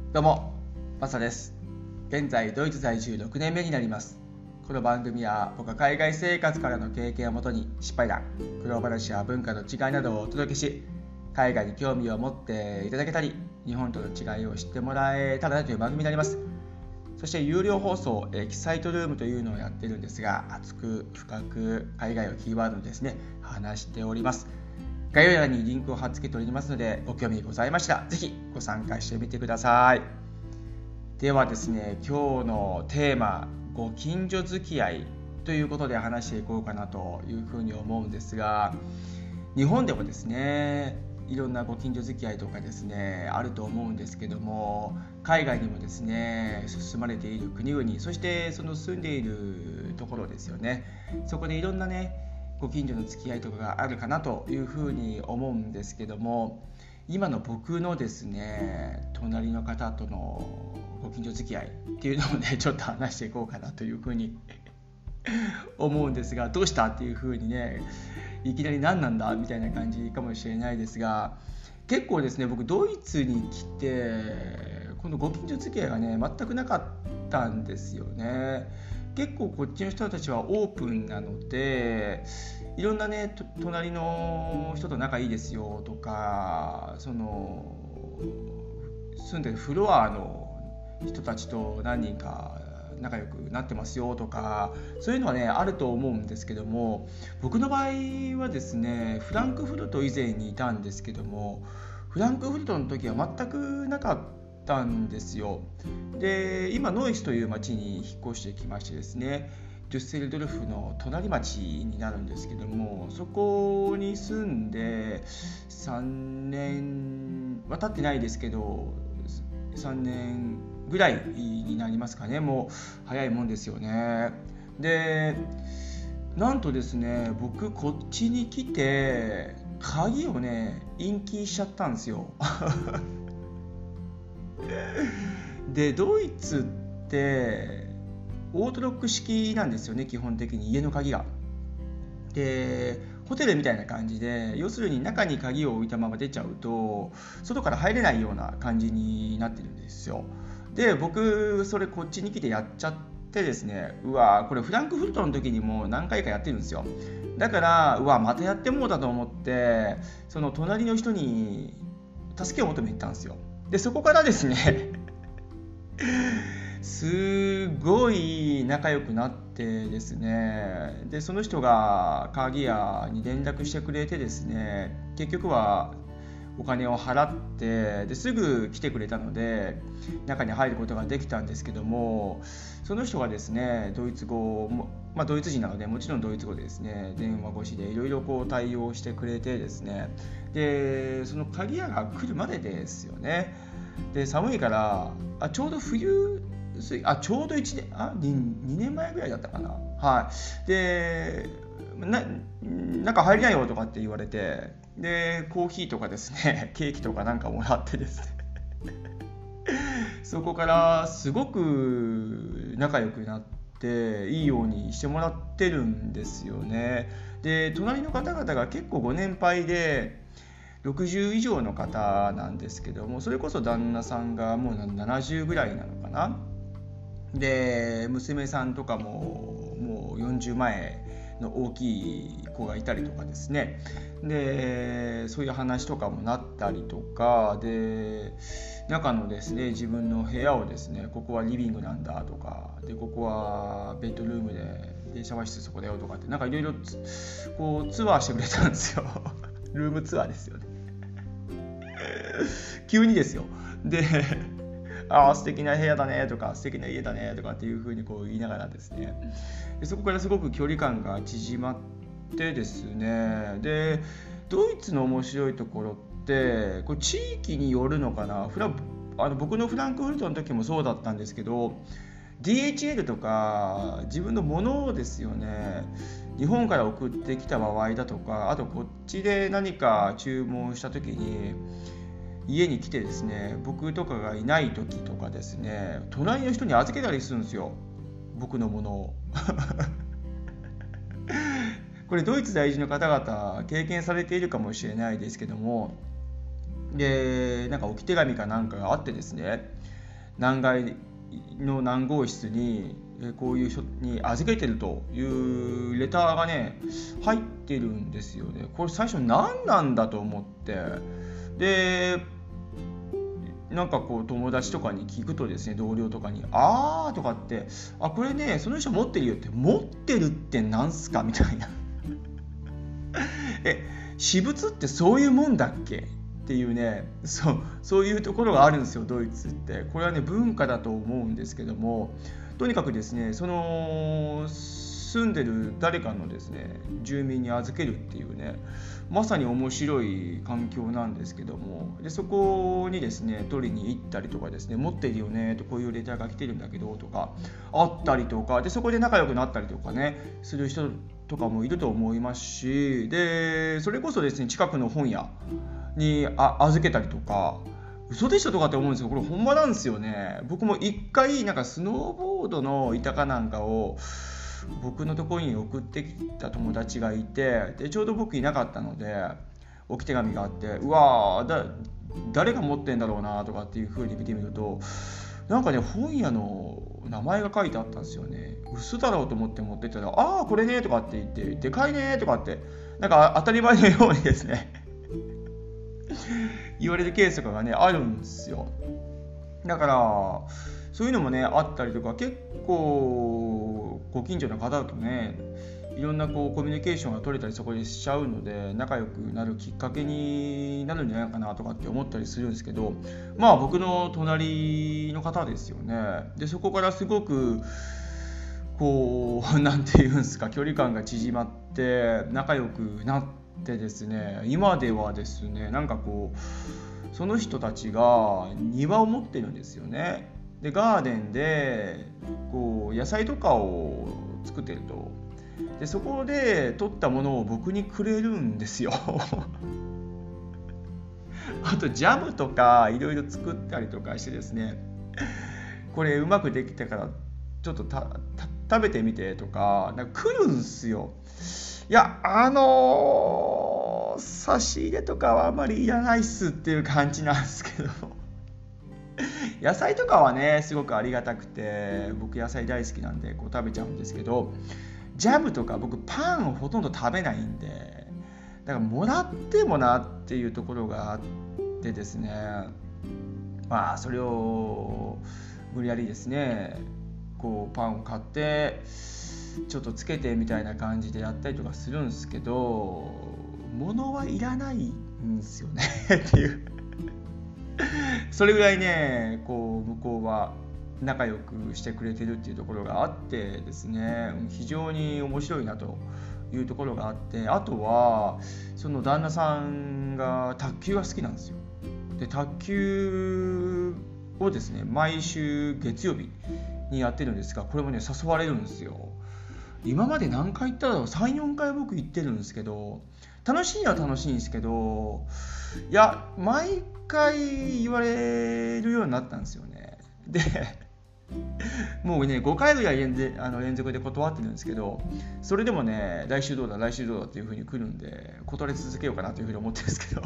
どうも、マサです。現在ドイツ在住6年目になります。この番組は僕が海外生活からの経験をもとに失敗談、苦労話や文化の違いなどをお届けし、海外に興味を持っていただけたり、日本との違いを知ってもらえたらなという番組になります。そして有料放送エキサイトルームというのをやっているんですが、熱く深く海外をキーワードにですね、話しております。概要欄にリンクを貼っ付けておりますので、ご興味ございましたらぜひご参加してみてください。ではですね、今日のテーマ、ご近所付き合いということで話していこうかなというふうに思うんですが、日本でもですね、いろんなご近所付き合いとかですねあると思うんですけども、海外にもですね進まれている国々、そしてその住んでいるところですよね、そこでいろんなねご近所の付き合いとかがあるかなというふうに思うんですけども、今の僕のですね隣の方とのご近所付き合いっていうのをねちょっと話していこうかなというふうに思うんですが、どうしたっていうふうにねいきなり何なんだみたいな感じかもしれないですが、結構ですね僕ドイツに来てこのご近所付き合いがね全くなかったんですよね。結構こっちの人たちはオープンなので、いろんなね隣の人と仲いいですよとか、その住んでるフロアの人たちと何人か仲良くなってますよとか、そういうのはねあると思うんですけども、僕の場合はですねフランクフルト以前にいたんですけども、フランクフルトの時は全くなかったんですよ。で今ノイスという町に引っ越してきましてですね、デュッセルドルフの隣町になるんですけども、そこに住んで3年は経ってないですけど、3年ぐらいになりますかね。もう早いもんですよね。でなんとですね、僕こっちに来て鍵をね隠居しちゃったんですよでドイツってオートロック式なんですよね、基本的に家の鍵が。でホテルみたいな感じで、要するに中に鍵を置いたまま出ちゃうと外から入れないような感じになってるんですよ。で僕それこっちに来てやっちゃってですね、うわこれフランクフルトの時にも何回かやってるんですよ。だからうわまたやってもうだと思って、その隣の人に助けを求めに行ったんですよ。でそこからですねすごい仲良くなってですね、でその人が鍵屋に連絡してくれてですね、結局はお金を払ってですぐ来てくれたので中に入ることができたんですけども、その人がですねドイツ語も、ドイツ人なのでもちろんドイツ語でですね電話越しでいろいろ対応してくれてですね、でその鍵屋が来るまでですよね。で寒いからちょうど冬ちょうど1年2年前ぐらいだったかな。はい。で中入りなよとかって言われて、でコーヒーとかですねケーキとかなんかもらってですねそこからすごく仲良くなっていいようにしてもらってるんですよね。で隣の方々が結構ご年配で60以上の方なんですけども、それこそ旦那さんがもう70ぐらいなのかな。で娘さんとかもう40前の大きい子がいたりとかですね、でそういう話とかもなったりとかで、中のですね自分の部屋をですね、ここはリビングなんだとかで、ここはベッドルームでシャワー室そこだよとかって、なんかいろいろこうツアーしてくれたんですよルームツアーですよね急にですよ。で素敵な部屋だねとか素敵な家だねとかっていう風に言いながらですね、でそこからすごく距離感が縮まってですね、でドイツの面白いところって地域によるのかな。僕のフランクフルトの時もそうだったんですけど、 DHL とか自分のものですよね、日本から送ってきた場合だとか、あとこっちで何か注文した時に家に来てですね、僕とかがいない時とかですね、隣の人に預けたりするんですよ、僕のものをこれドイツ在住の方々経験されているかもしれないですけども、でなんか置き手紙かなんかがあってですね、 何階の何号室にこういう人に預けてるというレターがね入ってるんですよね。これ最初何なんだと思って、でなんかこう友達とかに聞くとですね、同僚とかにとかって、これねその人持ってるよって、持ってるってなんすかみたいな私物ってそういうもんだっけっていうね、そういうところがあるんですよ、ドイツって。これはね文化だと思うんですけども、とにかくですね、その住んでる誰かのですね住民に預けるっていうね、まさに面白い環境なんですけども、でそこにですね取りに行ったりとかですね、持ってるよねと、こういうレターが来てるんだけどとかあったりとかで、そこで仲良くなったりとかねする人とかもいると思いますし、でそれこそですね近くの本屋に預けたりとか、嘘でしょとかって思うんですけど、これほんまなんですよね。僕も一回なんかスノーボードの板かなんかを僕のところに送ってきた友達がいて、でちょうど僕いなかったので置き手紙があって、誰が持ってんだろうなとかっていう風に見てみると、なんかね本屋の名前が書いてあったんですよね。嘘だろうと思って持ってったら、これねとかって言って、でかいねとかってなんか当たり前のようにですね言われるケースとかがねあるんですよ。だからそういうのもねあったりとか、結構ご近所の方とねいろんなコミュニケーションが取れたりそこでしちゃうので、仲良くなるきっかけになるんじゃないかなとかって思ったりするんですけど、僕の隣の方ですよね。でそこからすごくなんていうんですか、距離感が縮まって仲良くなってですね、今ではですねなんかその人たちが庭を持ってるんですよね。でガーデンで野菜とかを作ってると、でそこで取ったものを僕にくれるんですよあとジャムとかいろいろ作ったりとかしてですね、これうまくできたからちょっと食べてみてとか、なんか来るんすよ。いや差し入れとかはあまりいらないっすっていう感じなんですけど野菜とかはねすごくありがたくて、僕野菜大好きなんで食べちゃうんですけど、ジャムとか僕パンをほとんど食べないんで、だからもらってもなっていうところがあってですね、それを無理やりですねパンを買ってちょっとつけてみたいな感じでやったりとかするんですけど、物はいらないんですよねっていうそれぐらいね向こうは仲良くしてくれてるっていうところがあってですね、非常に面白いなというところがあって、あとはその旦那さんが卓球が好きなんですよ。で卓球をですね毎週月曜日にやってるんですが、これもね誘われるんですよ。今まで何回行ったら 3,4 回僕行ってるんですけど、楽しいのは楽しいんですけど、いや毎回言われるようになったんですよね。でもうね5回ぐらい連続で断ってるんですけど、それでもね来週どうだっていう風に来るんで、断り続けようかなという風に思ってるんですけど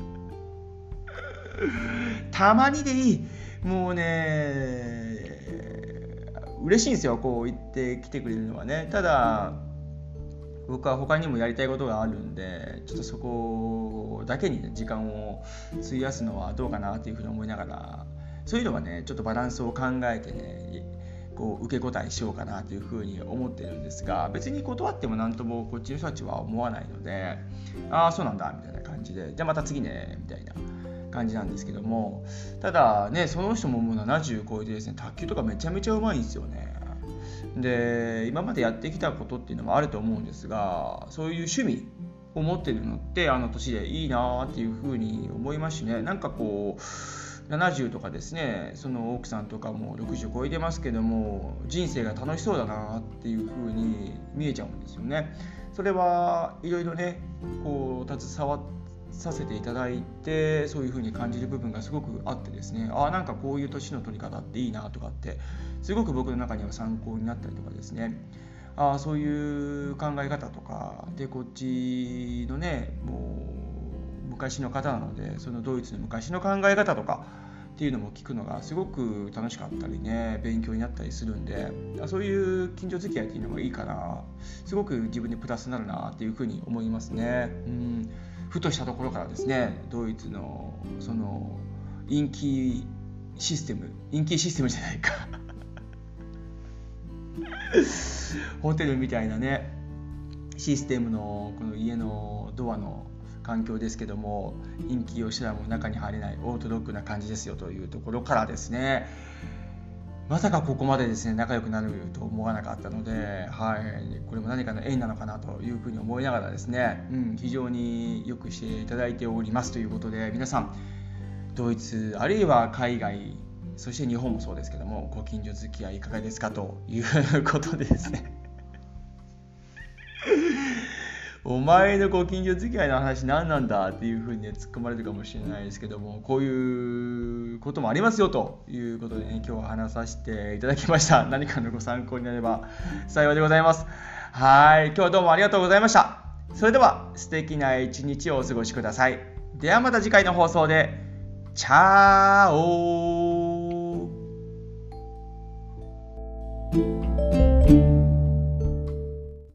たまにでいい、もうね嬉しいんですよ言ってきてくれるのはね。ただ僕は他にもやりたいことがあるんで、ちょっとそこだけに、ね、時間を費やすのはどうかなというふうに思いながら、そういうのはねちょっとバランスを考えてね受け答えしようかなというふうに思ってるんですが、別に断っても何ともこっちの人たちは思わないので、そうなんだみたいな感じで、じゃあまた次ねみたいな感じなんですけども、ただねその人ももう70超えてですね卓球とかめちゃめちゃうまいんですよね。で今までやってきたことっていうのもあると思うんですが、そういう趣味を持ってるのって年でいいなっていうふうに思いますしね。なんか70とかですね、その奥さんとかも60超えてますけども、人生が楽しそうだなっていうふうに見えちゃうんですよね。それはいろいろね携わさせていただいて、そういう風に感じる部分がすごくあってですね、なんかこういう年の取り方っていいなとかってすごく僕の中には参考になったりとかですね、そういう考え方とかで、こっちのねもう昔の方なので、そのドイツの昔の考え方とかっていうのも聞くのがすごく楽しかったりね、勉強になったりするんで、そういう近所付き合いっていうのがいいかな、すごく自分にプラスになるなっていうふうに思いますね。ふとしたところからですね、ドイツのその陰気システムじゃないかホテルみたいなねシステムのこの家のドアの環境ですけども、陰気をしたらもう中に入れないオートロックな感じですよというところからですね、まさかここまでですね仲良くなると思わなかったので、これも何かの縁なのかなというふうに思いながらですね、非常によくしていただいておりますということで、皆さんドイツあるいは海外、そして日本もそうですけども、ご近所付き合いいかがですかということでですねお前のご近所付き合いの話何なんだっていう風にね突っ込まれるかもしれないですけども、こういうこともありますよということでね、今日は話させていただきました。何かのご参考になれば幸いでございます。今日はどうもありがとうございました。それでは素敵な一日をお過ごしください。ではまた次回の放送で。チャオ。